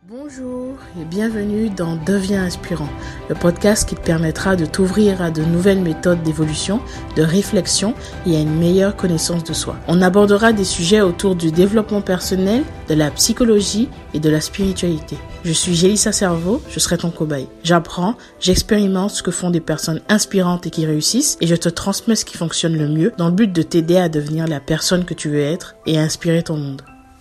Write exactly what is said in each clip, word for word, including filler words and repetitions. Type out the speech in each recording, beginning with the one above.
Bonjour et bienvenue dans Deviens inspirant, le podcast qui te permettra de t'ouvrir à de nouvelles méthodes d'évolution, de réflexion et à une meilleure connaissance de soi. On abordera des sujets autour du développement personnel, de la psychologie et de la spiritualité. Je suis Jélissa Cerveau, je serai ton cobaye. J'apprends, j'expérimente ce que font des personnes inspirantes et qui réussissent et je te transmets ce qui fonctionne le mieux dans le but de t'aider à devenir la personne que tu veux être et à inspirer ton monde.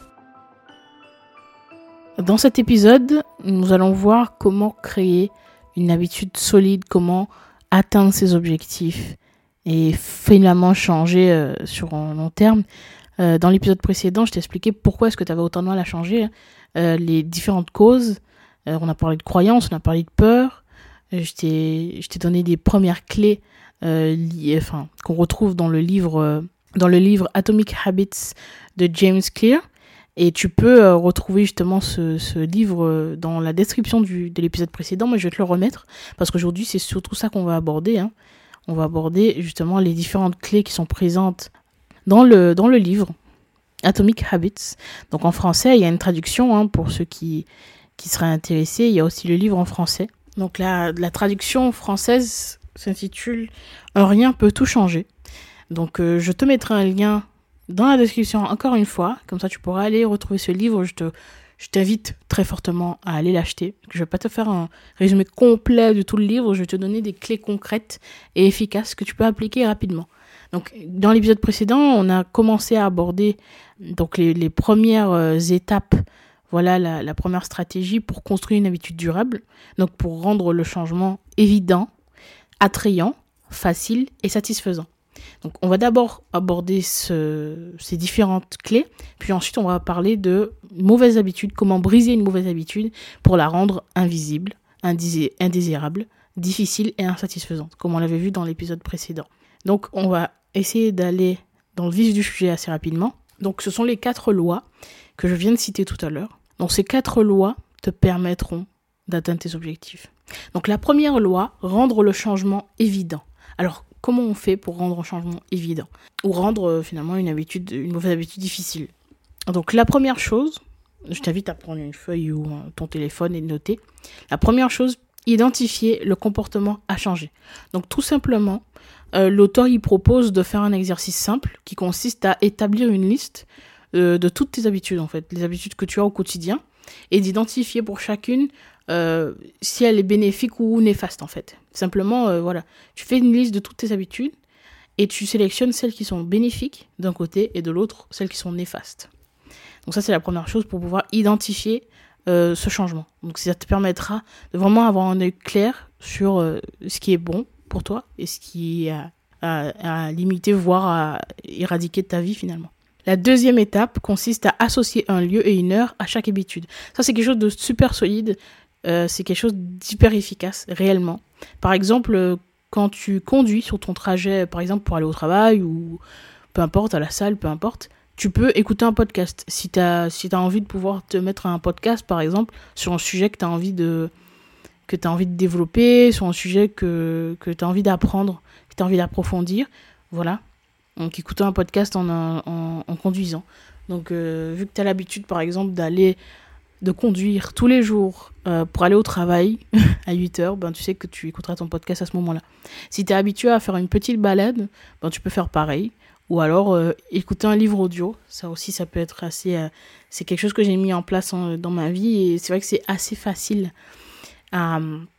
Dans cet épisode, nous allons voir comment créer une habitude solide, comment atteindre ses objectifs et finalement changer euh, sur un long terme. Euh, dans l'épisode précédent, je t'ai expliqué pourquoi est-ce que tu avais autant de mal à changer, euh, les différentes causes. Euh, on a parlé de croyances, on a parlé de peur. Euh, je t'ai, je t'ai donné des premières clés euh, liées, enfin, qu'on retrouve dans le livre, euh, dans le livre Atomic Habits de James Clear. Et tu peux euh, retrouver justement ce, ce livre euh, dans la description du, de l'épisode précédent, mais je vais te le remettre parce qu'aujourd'hui c'est surtout ça qu'on va aborder. Hein. On va aborder justement les différentes clés qui sont présentes dans le, dans le livre Atomic Habits. Donc en français, il y a une traduction hein, pour ceux qui, qui seraient intéressés. Il y a aussi le livre en français. Donc la, la traduction française s'intitule « Un rien peut tout changer ». Donc euh, je te mettrai un lien dans la description, encore une fois, comme ça tu pourras aller retrouver ce livre. Je te, je t'invite très fortement à aller l'acheter. Je vais pas te faire un résumé complet de tout le livre, je vais te donner des clés concrètes et efficaces que tu peux appliquer rapidement. Donc, dans l'épisode précédent, on a commencé à aborder donc les, les premières euh, étapes, voilà la, la première stratégie pour construire une habitude durable, donc pour rendre le changement évident, attrayant, facile et satisfaisant. Donc, on va d'abord aborder ce, ces différentes clés, puis ensuite, on va parler de mauvaises habitudes, comment briser une mauvaise habitude pour la rendre invisible, indésir- indésirable, difficile et insatisfaisante, comme on l'avait vu dans l'épisode précédent. Donc, on va essayer d'aller dans le vif du sujet assez rapidement. Donc, ce sont les quatre lois que je viens de citer tout à l'heure. Donc, ces quatre lois te permettront d'atteindre tes objectifs. Donc, la première loi, rendre le changement évident. Alors, comment on fait pour rendre un changement évident ou rendre euh, finalement une habitude, une mauvaise habitude difficile? Donc la première chose, je t'invite à prendre une feuille ou euh, ton téléphone et de noter. La première chose, identifier le comportement à changer. Donc tout simplement, euh, l'auteur il propose de faire un exercice simple qui consiste à établir une liste euh, de toutes tes habitudes en fait, les habitudes que tu as au quotidien et d'identifier pour chacune Euh, si elle est bénéfique ou néfaste en fait. Simplement, euh, voilà, tu fais une liste de toutes tes habitudes et tu sélectionnes celles qui sont bénéfiques d'un côté et de l'autre celles qui sont néfastes. Donc ça c'est la première chose pour pouvoir identifier euh, ce changement. Donc ça te permettra de vraiment avoir un œil clair sur euh, ce qui est bon pour toi et ce qui est à, à, à limiter voire à éradiquer de ta vie finalement. La deuxième étape consiste à associer un lieu et une heure à chaque habitude. Ça c'est quelque chose de super solide. Euh, c'est quelque chose d'hyper efficace, réellement. Par exemple, euh, quand tu conduis sur ton trajet, par exemple pour aller au travail ou peu importe, à la salle, peu importe, tu peux écouter un podcast. Si tu as si t'as envie de pouvoir te mettre un podcast, par exemple, sur un sujet que tu as envie de que tu as envie de développer, sur un sujet que, que tu as envie d'apprendre, que tu as envie d'approfondir, voilà. Donc, écouter un podcast en, en, en conduisant. Donc, euh, vu que tu as l'habitude, par exemple, d'aller de conduire tous les jours euh, pour aller au travail à huit heures, ben, tu sais que tu écouteras ton podcast à ce moment-là. Si tu es habitué à faire une petite balade, ben, tu peux faire pareil. Ou alors euh, écouter un livre audio. Ça aussi, ça peut être assez... Euh, c'est quelque chose que j'ai mis en place en, dans ma vie et c'est vrai que c'est assez facile à...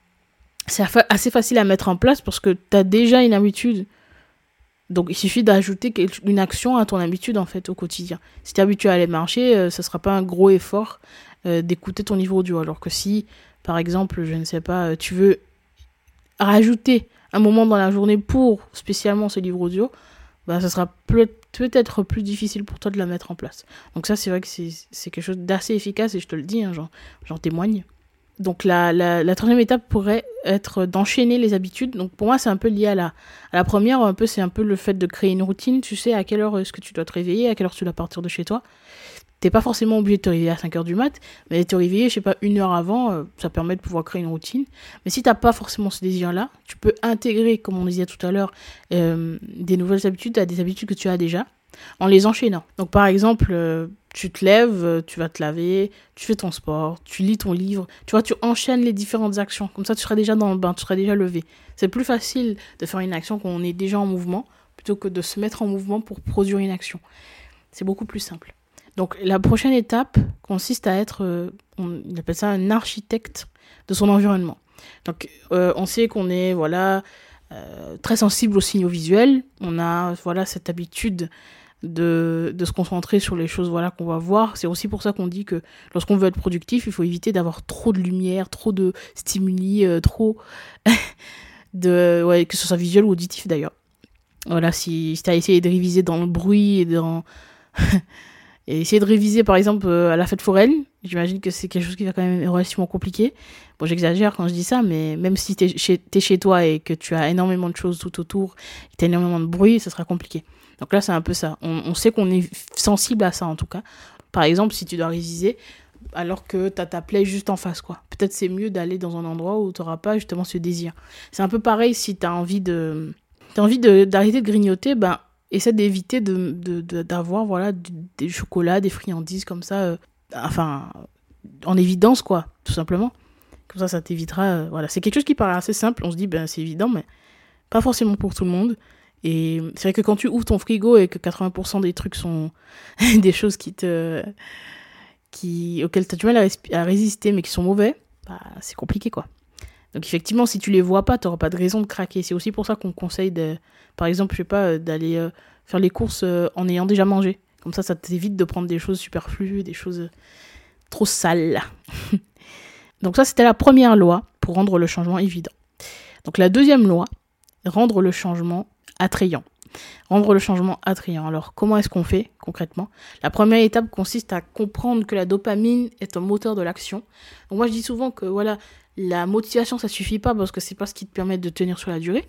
C'est assez facile à mettre en place parce que tu as déjà une habitude. Donc, il suffit d'ajouter une action à ton habitude, en fait, au quotidien. Si tu es habitué à aller marcher, euh, ça ne sera pas un gros effort euh, d'écouter ton livre audio. Alors que si, par exemple, je ne sais pas, euh, tu veux rajouter un moment dans la journée pour spécialement ce livre audio, bah, ça sera peut- peut-être plus difficile pour toi de la mettre en place. Donc ça, c'est vrai que c'est, c'est quelque chose d'assez efficace et je te le dis, hein, j'en, j'en témoigne. Donc la, la, la troisième étape pourrait être d'enchaîner les habitudes. Donc pour moi c'est un peu lié à la, à la première, un peu c'est un peu le fait de créer une routine. Tu sais à quelle heure est-ce que tu dois te réveiller, à quelle heure tu dois partir de chez toi. T'es pas forcément obligé de te réveiller à cinq heures du mat, mais te réveiller, je sais pas, une heure avant, euh, ça permet de pouvoir créer une routine. Mais si t'as pas forcément ce désir-là, tu peux intégrer, comme on disait tout à l'heure, euh, des nouvelles habitudes à des habitudes que tu as déjà, en les enchaînant. Donc par exemple, euh, tu te lèves, tu vas te laver, tu fais ton sport, tu lis ton livre, tu vois, tu enchaînes les différentes actions. Comme ça, tu seras déjà dans le bain, tu seras déjà levé. C'est plus facile de faire une action quand on est déjà en mouvement, plutôt que de se mettre en mouvement pour produire une action. C'est beaucoup plus simple. Donc, la prochaine étape consiste à être, euh, on appelle ça un architecte de son environnement. Donc, euh, on sait qu'on est, voilà, euh, très sensible aux signaux visuels. On a, voilà, cette habitude de, de se concentrer sur les choses, voilà, qu'on va voir. C'est aussi pour ça qu'on dit que lorsqu'on veut être productif, il faut éviter d'avoir trop de lumière, trop de stimuli, euh, trop de, ouais, que ce soit visuel ou auditif d'ailleurs. Voilà, si, si tu as essayé de réviser dans le bruit et dans... et essayer de réviser, par exemple, euh, à la fête foraine, j'imagine que c'est quelque chose qui va quand même être relativement compliqué. Bon, j'exagère quand je dis ça, mais même si t'es chez, t'es chez toi et que tu as énormément de choses tout autour, et t'as énormément de bruit, ça sera compliqué. Donc là, c'est un peu ça. On, on sait qu'on est sensible à ça, en tout cas. Par exemple, si tu dois réviser alors que t'as ta play juste en face, quoi. Peut-être c'est mieux d'aller dans un endroit où t'auras pas justement ce désir. C'est un peu pareil si t'as envie de... T'as envie de, d'arrêter de grignoter, ben, essaie d'éviter de, de, de, d'avoir voilà, du, des chocolats, des friandises comme ça, euh, enfin, en évidence, quoi, tout simplement. Comme ça, ça t'évitera. Euh, voilà. C'est quelque chose qui paraît assez simple, on se dit, ben, c'est évident, mais pas forcément pour tout le monde. Et c'est vrai que quand tu ouvres ton frigo et que quatre-vingts pour cent des trucs sont des choses qui te, qui, auxquelles tu as du mal à, resp- à résister, mais qui sont mauvais, bah, c'est compliqué, quoi. Donc effectivement, si tu les vois pas, tu n'auras pas de raison de craquer. C'est aussi pour ça qu'on conseille, de, par exemple, je sais pas, d'aller euh, faire les courses euh, en ayant déjà mangé. Comme ça, ça t'évite de prendre des choses superflues, des choses euh, trop sales. Donc ça, c'était la première loi pour rendre le changement évident. Donc la deuxième loi, rendre le changement attrayant. Rendre le changement attrayant. Alors, comment est-ce qu'on fait concrètement ? La première étape consiste à comprendre que la dopamine est un moteur de l'action. Donc moi, je dis souvent que voilà, la motivation, ça suffit pas parce que c'est pas ce qui te permet de tenir sur la durée.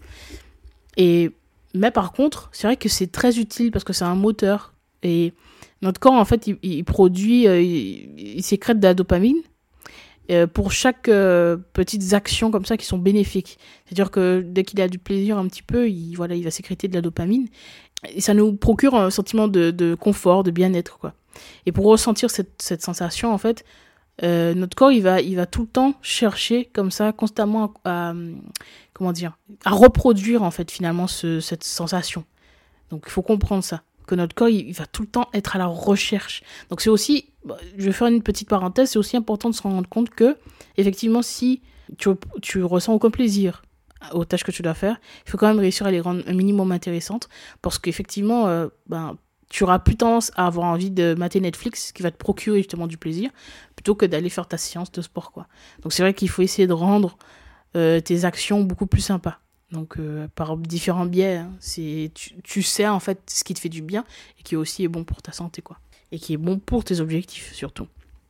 Et mais par contre, c'est vrai que c'est très utile parce que c'est un moteur. Et notre corps, en fait, il, il produit, euh, il, il sécrète de la dopamine euh, pour chaque euh, petites actions comme ça qui sont bénéfiques. C'est-à-dire que dès qu'il a du plaisir un petit peu, il, voilà, il va sécréter de la dopamine. Et ça nous procure un sentiment de, de confort, de bien-être, quoi. Et pour ressentir cette, cette sensation, en fait, euh, notre corps, il va, il va tout le temps chercher comme ça, constamment à, à comment dire, à reproduire, en fait, finalement, ce, cette sensation. Donc, il faut comprendre ça, que notre corps, il, il va tout le temps être à la recherche. Donc, c'est aussi, je vais faire une petite parenthèse, c'est aussi important de se rendre compte que, effectivement, si tu, tu ressens aucun plaisir aux tâches que tu dois faire, il faut quand même réussir à les rendre un minimum intéressantes, parce qu'effectivement, euh, ben, tu auras plus tendance à avoir envie de mater Netflix, qui va te procurer justement du plaisir, plutôt que d'aller faire ta séance de sport, quoi. Donc c'est vrai qu'il faut essayer de rendre euh, tes actions beaucoup plus sympas. Donc euh, par différents biais, hein, c'est, tu, tu sais en fait ce qui te fait du bien et qui aussi est bon pour ta santé, quoi. Et qui est bon pour tes objectifs surtout.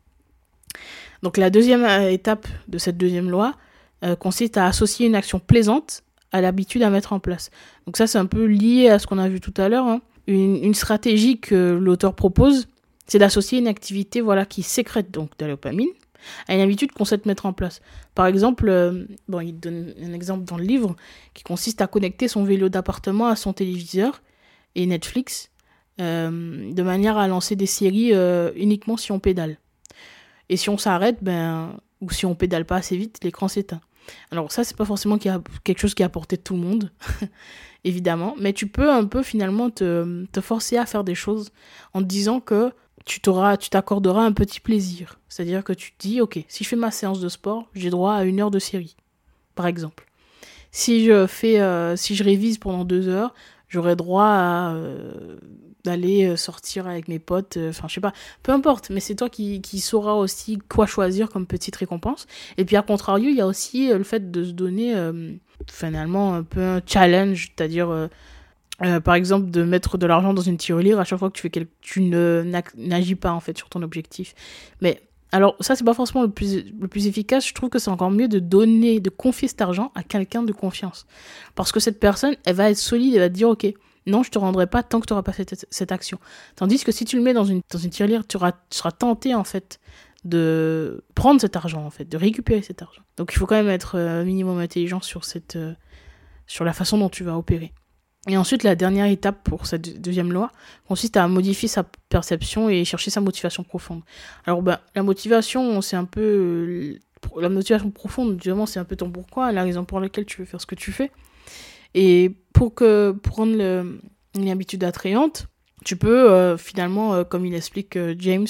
Donc la deuxième étape de cette deuxième loi euh, consiste à associer une action plaisante à l'habitude à mettre en place. Donc ça, c'est un peu lié à ce qu'on a vu tout à l'heure, hein. Une, une stratégie que l'auteur propose, c'est d'associer une activité voilà, qui sécrète donc de la dopamine à une habitude qu'on sait mettre en place. Par exemple, euh, bon, il donne un exemple dans le livre qui consiste à connecter son vélo d'appartement à son téléviseur et Netflix euh, de manière à lancer des séries euh, uniquement si on pédale. Et si on s'arrête, ben, ou si on pédale pas assez vite, l'écran s'éteint. Alors ça, c'est pas forcément quelque chose qui est à portée de tout le monde, évidemment, mais tu peux un peu finalement te, te forcer à faire des choses en te disant que tu, t'auras, tu t'accorderas un petit plaisir. C'est-à-dire que tu te dis, ok, si je fais ma séance de sport, j'ai droit à une heure de série, par exemple. Si je fais, euh, si je révise pendant deux heures, j'aurai droit à euh, d'aller sortir avec mes potes, enfin euh, je sais pas, peu importe, mais c'est toi qui, qui sauras aussi quoi choisir comme petite récompense. Et puis à contrario, il y a aussi euh, le fait de se donner euh, finalement un peu un challenge, c'est-à-dire euh, euh, par exemple de mettre de l'argent dans une tirelire à chaque fois que tu fais quelque... tu ne n'agis pas en fait sur ton objectif. Mais alors ça c'est pas forcément le plus le plus efficace, je trouve que c'est encore mieux de donner, de confier cet argent à quelqu'un de confiance, parce que cette personne, elle va être solide, elle va te dire ok, non, je te rendrai pas tant que tu n'auras pas fait cette, cette action. Tandis que si tu le mets dans une, dans une tirelire, tu, auras, tu seras tenté, en fait, de prendre cet argent, en fait, de récupérer cet argent. Donc, il faut quand même être un minimum intelligent sur, cette, euh, sur la façon dont tu vas opérer. Et ensuite, la dernière étape pour cette deuxième loi consiste à modifier sa perception et chercher sa motivation profonde. Alors, ben, la motivation, c'est un peu... La motivation profonde, évidemment, c'est un peu ton pourquoi, la raison pour laquelle tu veux faire ce que tu fais. Et pour, que, pour rendre le, une habitude attrayante, tu peux, euh, finalement, euh, comme il explique euh, James,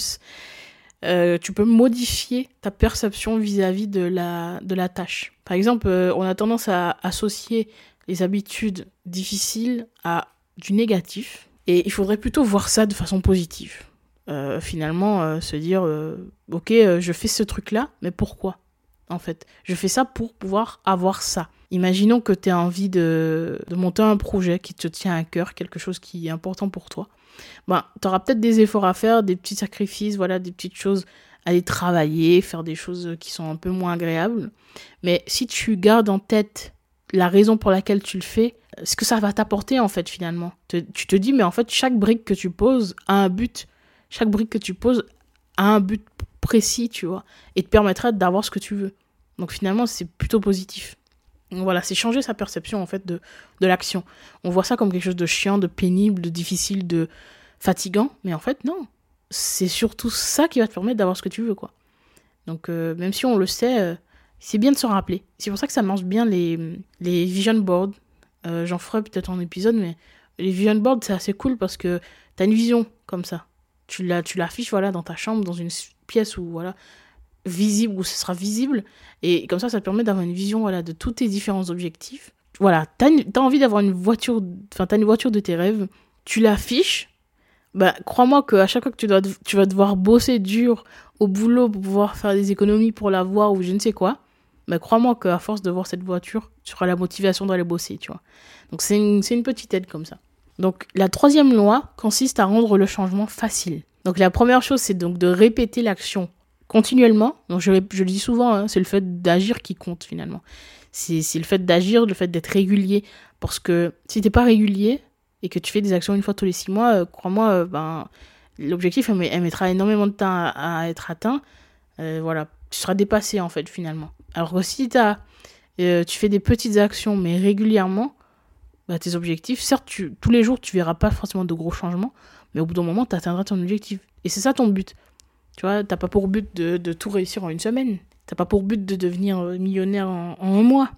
euh, tu peux modifier ta perception vis-à-vis de la, de la tâche. Par exemple, euh, on a tendance à associer les habitudes difficiles à du négatif. Et il faudrait plutôt voir ça de façon positive. Euh, finalement, euh, se dire, euh, ok, euh, je fais ce truc-là, mais pourquoi ? En fait, je fais ça pour pouvoir avoir ça. Imaginons que tu as envie de, de monter un projet qui te tient à cœur, quelque chose qui est important pour toi. Ben, tu auras peut-être des efforts à faire, des petits sacrifices, voilà, des petites choses, aller travailler, faire des choses qui sont un peu moins agréables. Mais si tu gardes en tête la raison pour laquelle tu le fais, ce que ça va t'apporter en fait finalement. Te, tu te dis, mais en fait, chaque brique que tu poses a un but. Chaque brique que tu poses a un but précis, tu vois, et te permettra d'avoir ce que tu veux. Donc finalement, c'est plutôt positif. Donc voilà, c'est changer sa perception en fait de, de l'action. On voit ça comme quelque chose de chiant, de pénible, de difficile, de fatigant, mais en fait non. C'est surtout ça qui va te permettre d'avoir ce que tu veux, quoi. Donc euh, même si on le sait, euh, c'est bien de se rappeler. C'est pour ça que ça marche bien les, les vision boards. Euh, j'en ferai peut-être un épisode, mais les vision boards, c'est assez cool parce que t'as une vision comme ça. Tu, la, tu l'affiches voilà, dans ta chambre, dans une pièce où, voilà, visible, où ce sera visible. Et comme ça, ça te permet d'avoir une vision voilà, de tous tes différents objectifs. Voilà, t'as, une, t'as envie d'avoir une voiture, enfin, t'as une voiture de tes rêves, tu l'affiches. Bah, crois-moi qu'à chaque fois que tu, dois, tu vas devoir bosser dur au boulot pour pouvoir faire des économies pour l'avoir ou je ne sais quoi, bah, crois-moi qu'à force de voir cette voiture, tu auras la motivation d'aller bosser, tu vois. Donc, c'est une, c'est une petite aide comme ça. Donc, la troisième loi consiste à rendre le changement facile. Donc, la première chose, c'est donc de répéter l'action continuellement. Donc, je, je le dis souvent, hein, c'est le fait d'agir qui compte, finalement. C'est, c'est le fait d'agir, le fait d'être régulier. Parce que si t'es pas régulier et que tu fais des actions une fois tous les six mois, euh, crois-moi, euh, ben, l'objectif, elle, elle mettra énormément de temps à, à être atteint. Euh, voilà, tu seras dépassé, en fait, finalement. Alors que si t'as, euh, tu fais des petites actions, mais régulièrement, bah, tes objectifs, certes, tu, tous les jours, tu verras pas forcément de gros changements, mais au bout d'un moment, tu atteindras ton objectif. Et c'est ça ton but. Tu vois, t'as pas pour but de, de tout réussir en une semaine. T'as pas pour but de devenir millionnaire en, en un mois.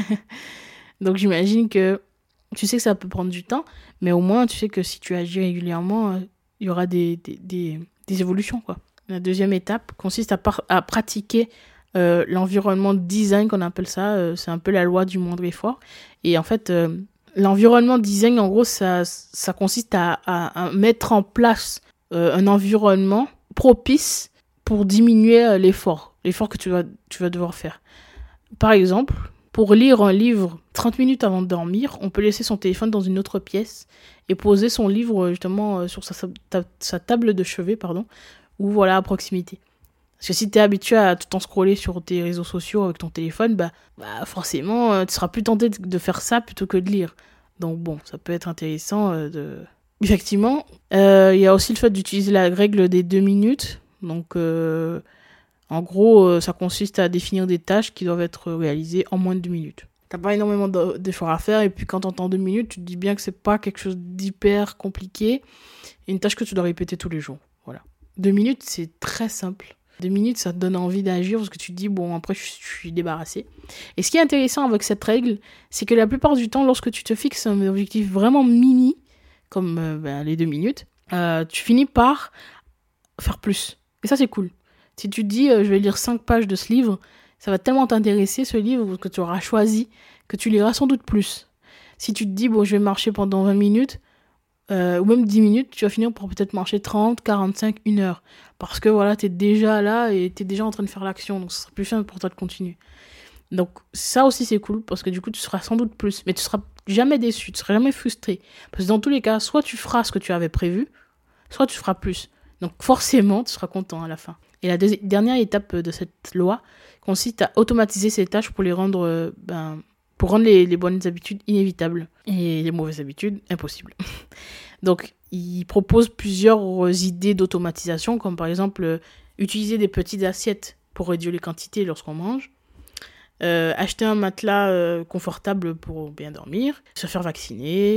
Donc j'imagine que tu sais que ça peut prendre du temps, mais au moins tu sais que si tu agis régulièrement, il euh, y aura des, des, des, des évolutions, quoi. La deuxième étape consiste à, par, à pratiquer euh, l'environnement design, qu'on appelle ça. Euh, c'est un peu la loi du moindre effort. Et en fait... Euh, L'environnement design, en gros, ça, ça consiste à, à, à mettre en place euh, un environnement propice pour diminuer euh, l'effort, l'effort que tu vas, tu vas devoir faire. Par exemple, pour lire un livre trente minutes avant de dormir, on peut laisser son téléphone dans une autre pièce et poser son livre justement euh, sur sa, sa, sa table de chevet, pardon, ou voilà, à proximité. Parce que si tu es habitué à tout le temps scroller sur tes réseaux sociaux avec ton téléphone, bah, bah forcément, euh, tu seras plus tenté de, de faire ça plutôt que de lire. Donc bon, ça peut être intéressant euh, de... Effectivement, il euh, y a aussi le fait d'utiliser la règle des deux minutes. Donc, euh, en gros, euh, ça consiste à définir des tâches qui doivent être réalisées en moins de deux minutes. T'as pas énormément d'efforts à faire, et puis quand t'entends deux minutes, tu te dis bien que c'est pas quelque chose d'hyper compliqué. Et une tâche que tu dois répéter tous les jours. Voilà. Deux minutes, c'est très simple. Deux minutes, ça te donne envie d'agir parce que tu te dis, bon, après, je, je suis débarrassé. Et ce qui est intéressant avec cette règle, c'est que la plupart du temps, lorsque tu te fixes un objectif vraiment mini, comme euh, ben, les deux minutes, euh, tu finis par faire plus. Et ça, c'est cool. Si tu te dis, euh, je vais lire cinq pages de ce livre, ça va tellement t'intéresser, ce livre, que tu auras choisi, que tu liras sans doute plus. Si tu te dis, bon, je vais marcher pendant vingt minutes, Euh, ou même dix minutes, tu vas finir par peut-être marcher trente, quarante-cinq, une heure. Parce que voilà, t'es déjà là et t'es déjà en train de faire l'action, donc ce sera plus simple pour toi de continuer. Donc ça aussi c'est cool, parce que du coup tu seras sans doute plus, mais tu seras jamais déçu, tu seras jamais frustré. Parce que dans tous les cas, soit tu feras ce que tu avais prévu, soit tu feras plus. Donc forcément, tu seras content à la fin. Et la deuxi- dernière étape de cette loi consiste à automatiser ces tâches pour les rendre... Euh, ben, pour rendre les, les bonnes habitudes inévitables et les mauvaises habitudes impossibles. Donc, il propose plusieurs idées d'automatisation, comme par exemple euh, utiliser des petites assiettes pour réduire les quantités lorsqu'on mange, euh, acheter un matelas euh, confortable pour bien dormir, se faire vacciner,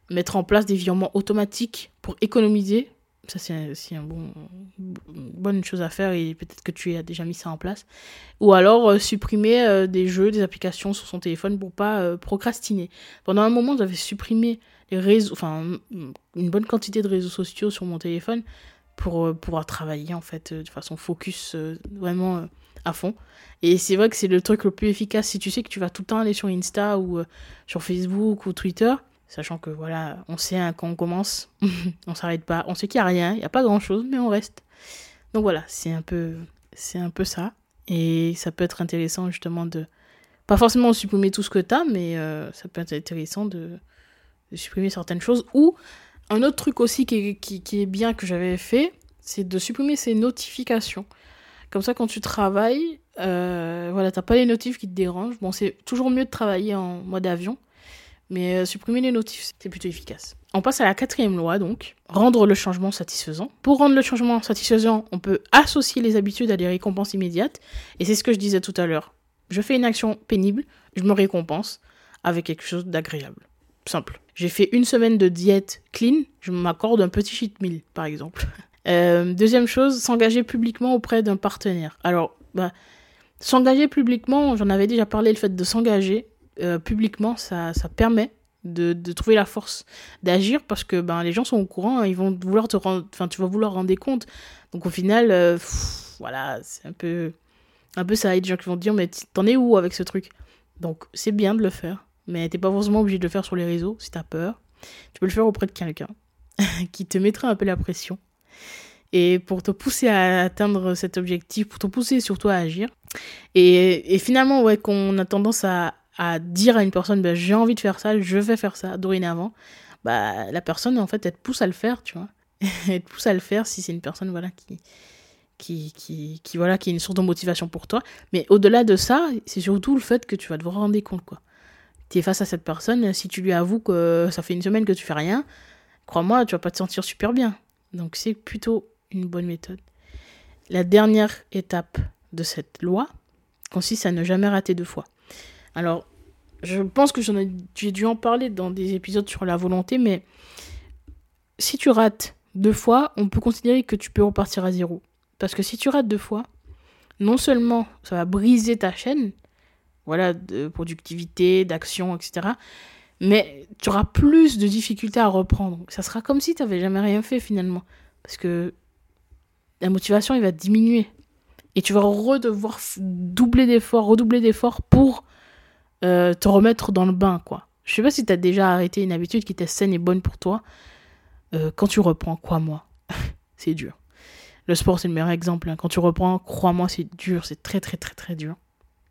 mettre en place des virements automatiques pour économiser. Ça, c'est aussi un bon, une bonne chose à faire et peut-être que tu as déjà mis ça en place. Ou alors euh, supprimer euh, des jeux, des applications sur son téléphone pour pas euh, procrastiner. Pendant un moment, j'avais supprimé les réseaux, enfin une bonne quantité de réseaux sociaux sur mon téléphone pour euh, pouvoir travailler en fait euh, de façon focus euh, vraiment euh, à fond. Et c'est vrai que c'est le truc le plus efficace si tu sais que tu vas tout le temps aller sur Insta ou euh, sur Facebook ou Twitter. Sachant que voilà, on sait hein, quand on commence, on s'arrête pas. On sait qu'il n'y a rien, il n'y a pas grand chose, mais on reste. Donc voilà, c'est un peu, c'est un peu ça. Et ça peut être intéressant justement de, pas forcément supprimer tout ce que tu as, mais euh, ça peut être intéressant de, de supprimer certaines choses. Ou un autre truc aussi qui est, qui, qui est bien que j'avais fait, c'est de supprimer ces notifications. Comme ça, quand tu travailles, euh, voilà, tu n'as pas les notifs qui te dérangent. Bon, c'est toujours mieux de travailler en mode avion. Mais euh, supprimer les notifs, c'est plutôt efficace. On passe à la quatrième loi, donc. Rendre le changement satisfaisant. Pour rendre le changement satisfaisant, on peut associer les habitudes à des récompenses immédiates. Et c'est ce que je disais tout à l'heure. Je fais une action pénible, je me récompense avec quelque chose d'agréable. Simple. J'ai fait une semaine de diète clean, je m'accorde un petit cheat meal, par exemple. Euh, deuxième chose, s'engager publiquement auprès d'un partenaire. Alors, bah, s'engager publiquement, j'en avais déjà parlé, le fait de s'engager. Euh, publiquement, ça, ça permet de, de trouver la force d'agir parce que ben, les gens sont au courant, hein, ils vont vouloir te rendre, enfin, tu vas vouloir rendre des comptes. Donc au final, euh, pff, voilà, c'est un peu, un peu ça. Il y a des gens qui vont te dire, mais t'en es où avec ce truc? Donc c'est bien de le faire, mais t'es pas forcément obligé de le faire sur les réseaux si t'as peur. Tu peux le faire auprès de quelqu'un qui te mettra un peu la pression. Et pour te pousser à atteindre cet objectif, pour te pousser surtout à agir. Et, et finalement, ouais, qu'on a tendance à à dire à une personne, bah, j'ai envie de faire ça, je vais faire ça dorénavant, bah, la personne, en fait, elle te pousse à le faire, tu vois. Elle te pousse à le faire si c'est une personne, voilà, qui, qui, qui, qui, voilà, qui est une source de motivation pour toi. Mais au-delà de ça, c'est surtout le fait que tu vas devoir rendre compte, quoi. Tu es face à cette personne, si tu lui avoues que ça fait une semaine que tu fais rien, crois-moi, tu vas pas te sentir super bien. Donc, c'est plutôt une bonne méthode. La dernière étape de cette loi consiste à ne jamais rater deux fois. Alors, je pense que j'en ai, j'ai dû en parler dans des épisodes sur la volonté, mais si tu rates deux fois, on peut considérer que tu peux repartir à zéro. Parce que si tu rates deux fois, non seulement ça va briser ta chaîne, voilà, de productivité, d'action, et cetera, mais tu auras plus de difficultés à reprendre. Ça sera comme si tu n'avais jamais rien fait finalement. Parce que la motivation, elle va diminuer. Et tu vas redevoir doubler d'efforts, redoubler d'efforts pour Euh, te remettre dans le bain, quoi. Je sais pas si t'as déjà arrêté une habitude qui était saine et bonne pour toi. Euh, quand tu reprends, crois-moi, c'est dur. Le sport, c'est le meilleur exemple. Hein. Quand tu reprends, crois-moi, c'est dur. C'est très, très, très, très dur.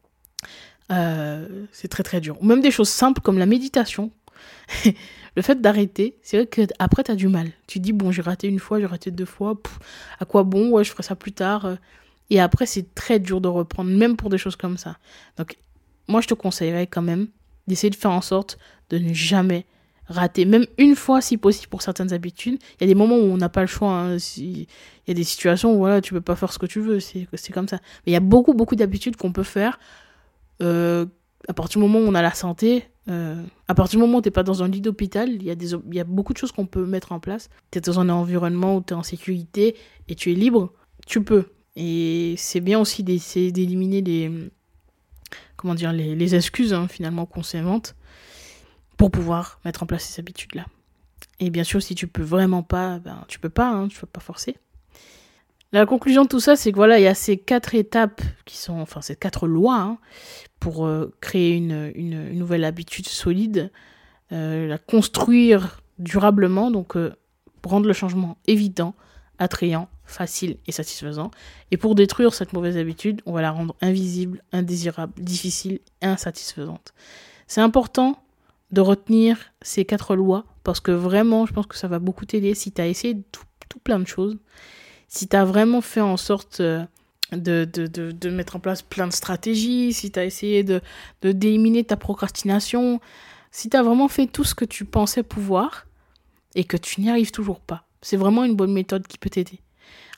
Euh, c'est très, très dur. Ou même des choses simples comme la méditation. Le fait d'arrêter, c'est vrai qu'après, t'as du mal. Tu te dis, bon, j'ai raté une fois, j'ai raté deux fois. Pff, à quoi bon? Ouais, je ferai ça plus tard. Et après, c'est très dur de reprendre, même pour des choses comme ça. Donc, moi, je te conseillerais quand même d'essayer de faire en sorte de ne jamais rater. Même une fois, si possible, pour certaines habitudes. Il y a des moments où on n'a pas le choix. Hein. Si... Il y a des situations où voilà, tu ne peux pas faire ce que tu veux. C'est, c'est comme ça. Mais il y a beaucoup, beaucoup d'habitudes qu'on peut faire euh, à partir du moment où on a la santé. Euh, à partir du moment où tu n'es pas dans un lit d'hôpital, il y a des, il y a beaucoup de choses qu'on peut mettre en place. Tu es dans un environnement où tu es en sécurité et tu es libre. Tu peux. Et c'est bien aussi d'essayer d'éliminer les... comment dire, les, les excuses hein, finalement qu'on s'invente pour pouvoir mettre en place ces habitudes-là. Et bien sûr, si tu peux vraiment pas, ben tu peux pas, hein, tu peux pas forcer. La conclusion de tout ça, c'est que voilà, il y a ces quatre étapes qui sont, enfin ces quatre lois hein, pour euh, créer une, une, une nouvelle habitude solide, euh, la construire durablement, donc euh, rendre le changement évident, attrayant, facile et satisfaisant. Et pour détruire cette mauvaise habitude, on va la rendre invisible, indésirable, difficile et insatisfaisante. C'est important de retenir ces quatre lois parce que vraiment, je pense que ça va beaucoup t'aider si tu as essayé tout, tout plein de choses, si tu as vraiment fait en sorte de, de, de, de mettre en place plein de stratégies, si tu as essayé de, de d'éliminer ta procrastination, si tu as vraiment fait tout ce que tu pensais pouvoir et que tu n'y arrives toujours pas. C'est vraiment une bonne méthode qui peut t'aider.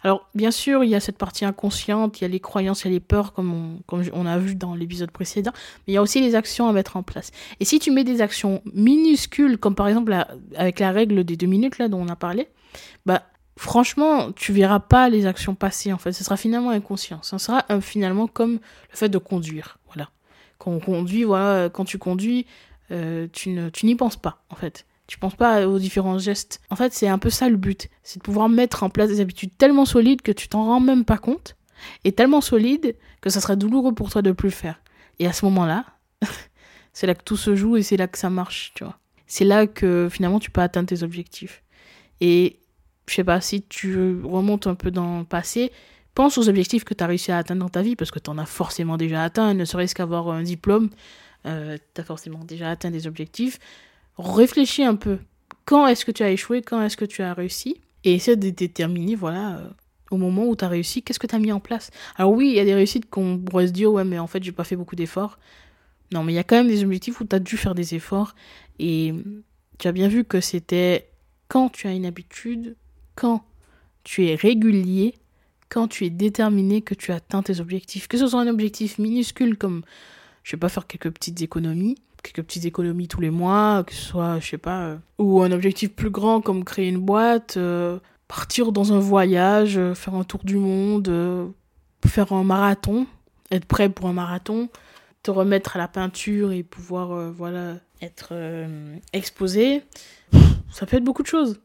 Alors, bien sûr, il y a cette partie inconsciente, il y a les croyances, il y a les peurs, comme on, comme on a vu dans l'épisode précédent, mais il y a aussi les actions à mettre en place. Et si tu mets des actions minuscules, comme par exemple la, avec la règle des deux minutes là dont on a parlé, bah franchement, tu verras pas les actions passer, en fait. Ce sera finalement inconscient. Ce sera euh, finalement comme le fait de conduire, voilà. Quand on conduit, voilà, quand tu conduis, euh, tu ne, tu n'y penses pas, en fait. Tu penses pas aux différents gestes. En fait, c'est un peu ça le but. C'est de pouvoir mettre en place des habitudes tellement solides que tu t'en rends même pas compte. Et tellement solides que ça sera douloureux pour toi de plus le faire. Et à ce moment-là, c'est là que tout se joue et c'est là que ça marche, tu vois. C'est là que finalement tu peux atteindre tes objectifs. Et je sais pas, si tu remontes un peu dans le passé, pense aux objectifs que tu as réussi à atteindre dans ta vie, parce que tu en as forcément déjà atteint, ne serait-ce qu'avoir un diplôme, euh, tu as forcément déjà atteint des objectifs. Réfléchis un peu. Quand est-ce que tu as échoué? Quand est-ce que tu as réussi? Et essaie de déterminer, voilà, euh, au moment où tu as réussi, qu'est-ce que tu as mis en place? Alors oui, il y a des réussites qu'on pourrait se dire, ouais, mais en fait, j'ai pas fait beaucoup d'efforts. Non, mais il y a quand même des objectifs où tu as dû faire des efforts. Et tu as bien vu que c'était quand tu as une habitude, quand tu es régulier, quand tu es déterminé, que tu atteins tes objectifs. Que ce soit un objectif minuscule comme, je sais pas, faire quelques petites économies, quelques petites économies tous les mois, que ce soit, je sais pas, euh, ou un objectif plus grand comme créer une boîte, euh, partir dans un voyage, euh, faire un tour du monde, euh, faire un marathon, être prêt pour un marathon, te remettre à la peinture et pouvoir, euh, voilà, être euh, exposé. Ça peut être beaucoup de choses.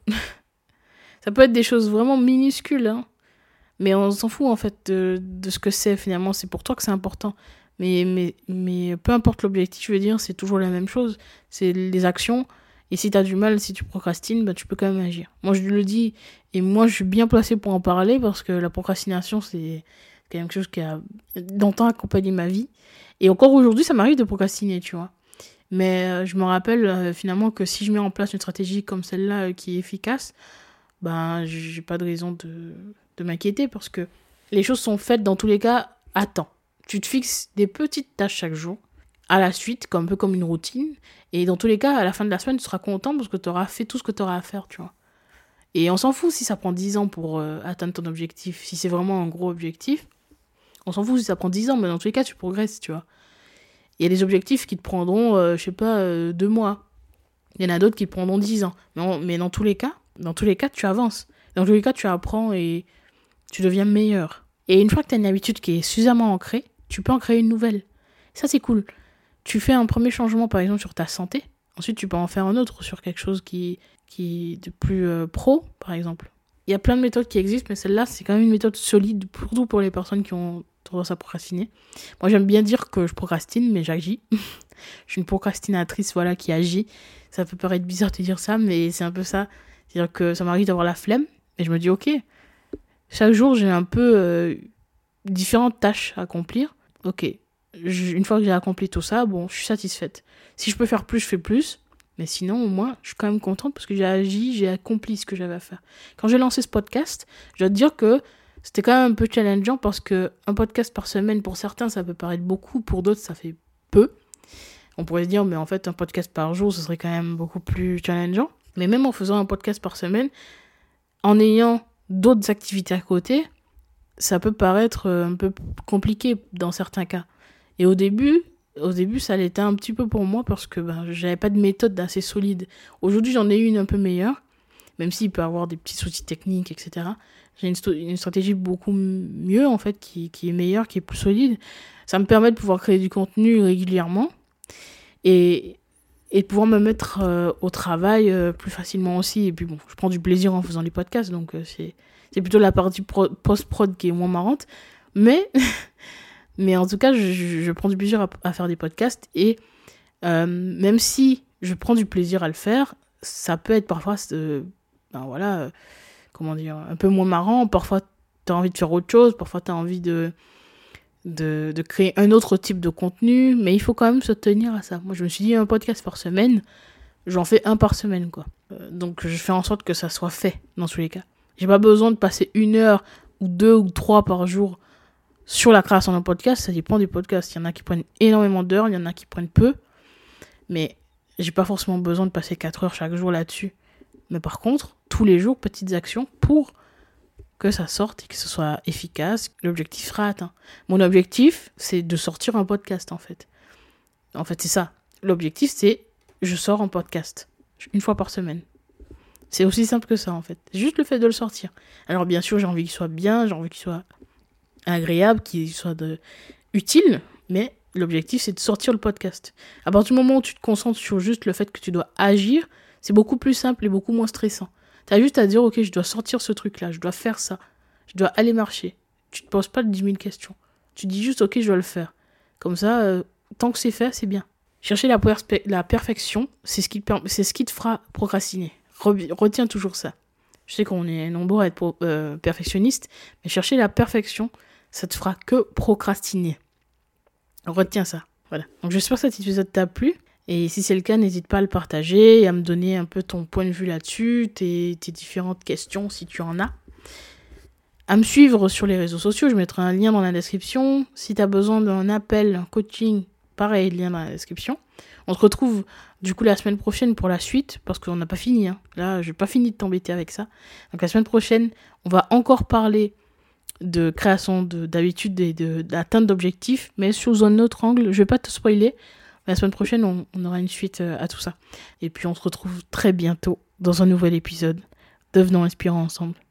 Ça peut être des choses vraiment minuscules, hein. Mais on s'en fout, en fait, de, de ce que c'est, finalement. C'est pour toi que c'est important. Mais, mais, mais peu importe l'objectif, je veux dire, c'est toujours la même chose. C'est les actions. Et si t'as du mal, si tu procrastines, bah, tu peux quand même agir. Moi, je le dis, et moi, je suis bien placée pour en parler, parce que la procrastination, c'est quand même quelque chose qui a longtemps accompagné ma vie. Et encore aujourd'hui, ça m'arrive de procrastiner, tu vois. Mais euh, je me rappelle, euh, finalement, que si je mets en place une stratégie comme celle-là, euh, qui est efficace, ben, j'ai pas de raison de, de m'inquiéter, parce que les choses sont faites dans tous les cas à temps. Tu te fixes des petites tâches chaque jour, à la suite, comme, un peu comme une routine, et dans tous les cas, à la fin de la semaine, tu seras content parce que tu auras fait tout ce que tu auras à faire, tu vois. Et on s'en fout si ça prend dix ans pour euh, atteindre ton objectif, si c'est vraiment un gros objectif, on s'en fout si ça prend dix ans, mais dans tous les cas, tu progresses, tu vois. Il y a des objectifs qui te prendront, euh, je sais pas, euh, deux mois. Il y en a d'autres qui te prendront dix ans. Mais, on, mais dans tous les cas, dans tous les cas, tu avances. Dans tous les cas, tu apprends et tu deviens meilleur. Et une fois que tu as une habitude qui est suffisamment ancrée, tu peux en créer une nouvelle. Ça, c'est cool. Tu fais un premier changement, par exemple, sur ta santé. Ensuite, tu peux en faire un autre sur quelque chose qui, qui est de plus euh, pro, par exemple. Il y a plein de méthodes qui existent, mais celle-là, c'est quand même une méthode solide, surtout pour les personnes qui ont tendance à procrastiner. Moi, j'aime bien dire que je procrastine, mais j'agis. Je suis une procrastinatrice, voilà, qui agit. Ça peut paraître bizarre de dire ça, mais c'est un peu ça. C'est-à-dire que ça m'arrive d'avoir la flemme, et je me dis, ok, chaque jour, j'ai un peu euh, différentes tâches à accomplir. Ok, je, une fois que j'ai accompli tout ça, bon, je suis satisfaite. Si je peux faire plus, je fais plus. Mais sinon, au moins, je suis quand même contente parce que j'ai agi, j'ai accompli ce que j'avais à faire. Quand j'ai lancé ce podcast, je dois te dire que c'était quand même un peu challengeant parce que un podcast par semaine, pour certains, ça peut paraître beaucoup, pour d'autres, ça fait peu. On pourrait se dire, mais en fait, un podcast par jour, ce serait quand même beaucoup plus challengeant. Mais même en faisant un podcast par semaine, en ayant d'autres activités à côté, ça peut paraître un peu compliqué dans certains cas. Et au début, au début, ça l'était un petit peu pour moi parce que ben, j'avais pas de méthode assez solide. Aujourd'hui, j'en ai une un peu meilleure, même s'il peut y avoir des petits soucis techniques, et cetera. J'ai une, sto- une stratégie beaucoup mieux, en fait, qui, qui est meilleure, qui est plus solide. Ça me permet de pouvoir créer du contenu régulièrement et, et de pouvoir me mettre euh, au travail euh, plus facilement aussi. Et puis bon, je prends du plaisir en faisant les podcasts, donc euh, c'est, c'est plutôt la partie pro- post-prod qui est moins marrante. Mais... Mais en tout cas, je, je prends du plaisir à, à faire des podcasts et euh, même si je prends du plaisir à le faire, ça peut être parfois, euh, ben voilà, euh, comment dire, un peu moins marrant. Parfois, tu as envie de faire autre chose, parfois, tu as envie de, de, de créer un autre type de contenu, mais il faut quand même se tenir à ça. Moi, je me suis dit, un podcast par semaine, j'en fais un par semaine, quoi. Euh, donc, je fais en sorte que ça soit fait, dans tous les cas. J'ai pas besoin de passer une heure ou deux ou trois par jour sur la création d'un podcast. Ça dépend des podcasts. Il y en a qui prennent énormément d'heures, il y en a qui prennent peu. Mais j'ai pas forcément besoin de passer quatre heures chaque jour là-dessus. Mais par contre, tous les jours, petites actions pour que ça sorte et que ce soit efficace, l'objectif sera atteint. Mon objectif, c'est de sortir un podcast, en fait. En fait, c'est ça. L'objectif, c'est je sors un podcast une fois par semaine. C'est aussi simple que ça, en fait. Juste le fait de le sortir. Alors, bien sûr, j'ai envie qu'il soit bien, j'ai envie qu'il soit agréable, qu'il soit de... utile, mais l'objectif, c'est de sortir le podcast. À partir du moment où tu te concentres sur juste le fait que tu dois agir, c'est beaucoup plus simple et beaucoup moins stressant. Tu as juste à dire, ok, je dois sortir ce truc-là, je dois faire ça, je dois aller marcher. Tu te poses pas dix mille questions. Tu dis juste, ok, je dois le faire. Comme ça, euh, tant que c'est fait, c'est bien. Chercher la, perspe- la perfection, c'est ce, qui te per- c'est ce qui te fera procrastiner. Re- retiens toujours ça. Je sais qu'on est nombreux à être pro- euh, perfectionnistes, mais chercher la perfection, ça te fera que procrastiner. Retiens ça. Voilà. Donc j'espère que cet épisode t'a plu. Et si c'est le cas, n'hésite pas à le partager et à me donner un peu ton point de vue là-dessus, tes, tes différentes questions si tu en as. À me suivre sur les réseaux sociaux, je mettrai un lien dans la description. Si tu as besoin d'un appel, un coaching, pareil, lien dans la description. On se retrouve du coup la semaine prochaine pour la suite, parce qu'on n'a pas fini. Hein. Là, je n'ai pas fini de t'embêter avec ça. Donc la semaine prochaine, on va encore parler de création de, d'habitudes et de, d'atteinte d'objectifs, mais sous un autre angle. Je ne vais pas te spoiler. La semaine prochaine, on, on aura une suite à tout ça. Et puis on se retrouve très bientôt dans un nouvel épisode. Devenons inspirants ensemble.